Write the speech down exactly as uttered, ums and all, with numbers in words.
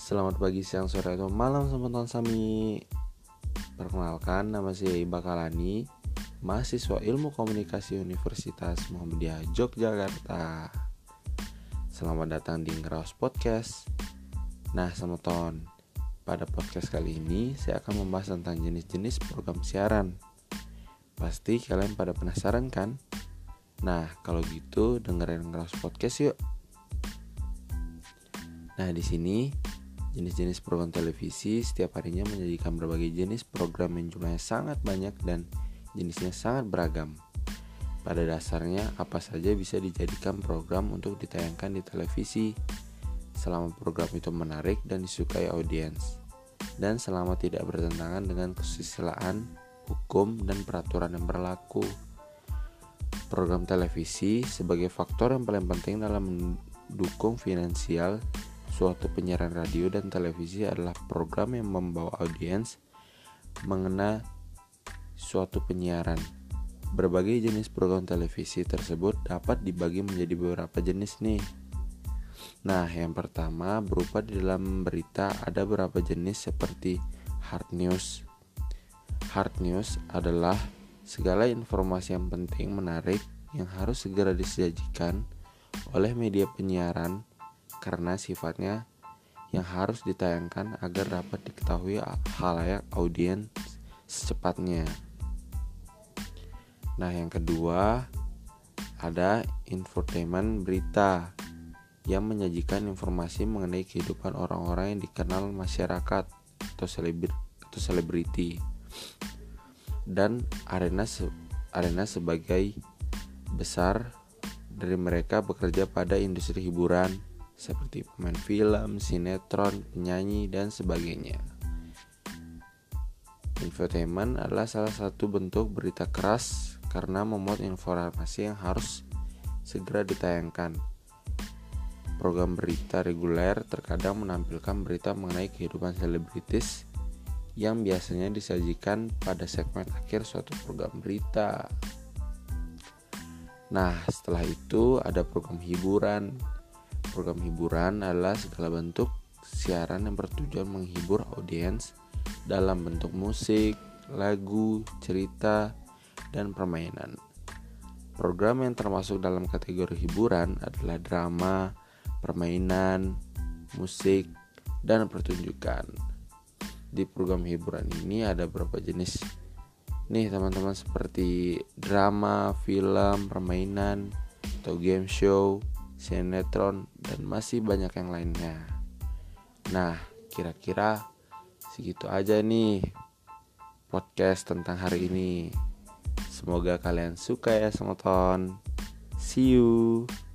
Selamat pagi, siang, sore, atau malam teman-teman Sami. Perkenalkan, nama saya Iba Kalani, mahasiswa Ilmu Komunikasi Universitas Muhammadiyah Yogyakarta. Selamat datang di Ngeraos Podcast. Nah, teman-teman, pada podcast kali ini saya akan membahas tentang jenis-jenis program siaran. Pasti kalian pada penasaran kan? Nah, kalau gitu dengerin Ngeraos Podcast yuk. Nah, di sini jenis-jenis program televisi setiap harinya menyajikan berbagai jenis program yang jumlahnya sangat banyak dan jenisnya sangat beragam. Pada dasarnya, apa saja bisa dijadikan program untuk ditayangkan di televisi, selama program itu menarik dan disukai audiens, dan selama tidak bertentangan dengan kesusilaan, hukum, dan peraturan yang berlaku. Program televisi sebagai faktor yang paling penting dalam mendukung finansial suatu penyiaran radio dan televisi adalah program yang membawa audiens mengenai suatu penyiaran. Berbagai jenis program televisi tersebut dapat dibagi menjadi beberapa jenis nih. Nah, yang pertama berupa di dalam berita ada beberapa jenis seperti hard news. Hard news adalah segala informasi yang penting, menarik, yang harus segera disajikan oleh media penyiaran karena sifatnya yang harus ditayangkan agar dapat diketahui khalayak audiens secepatnya. Nah, yang kedua ada infotainment berita yang menyajikan informasi mengenai kehidupan orang-orang yang dikenal masyarakat atau selebriti dan arena se- arena sebagai besar dari mereka bekerja pada industri hiburan seperti pemain film, sinetron, penyanyi, dan sebagainya. Infotainment adalah salah satu bentuk berita keras karena memuat informasi yang harus segera ditayangkan. Program berita reguler terkadang menampilkan berita mengenai kehidupan selebritis yang biasanya disajikan pada segmen akhir suatu program berita. Nah, setelah itu ada program hiburan. Program hiburan adalah segala bentuk siaran yang bertujuan menghibur audiens dalam bentuk musik, lagu, cerita, dan permainan. Program yang termasuk dalam kategori hiburan adalah drama, permainan, musik, dan pertunjukan. Di program hiburan ini ada beberapa jenis nih teman-teman, seperti drama, film, permainan, atau game show, sinetron, dan masih banyak yang lainnya. Nah, kira-kira segitu aja nih podcast tentang hari ini. Semoga kalian suka ya, teman-teman. See you.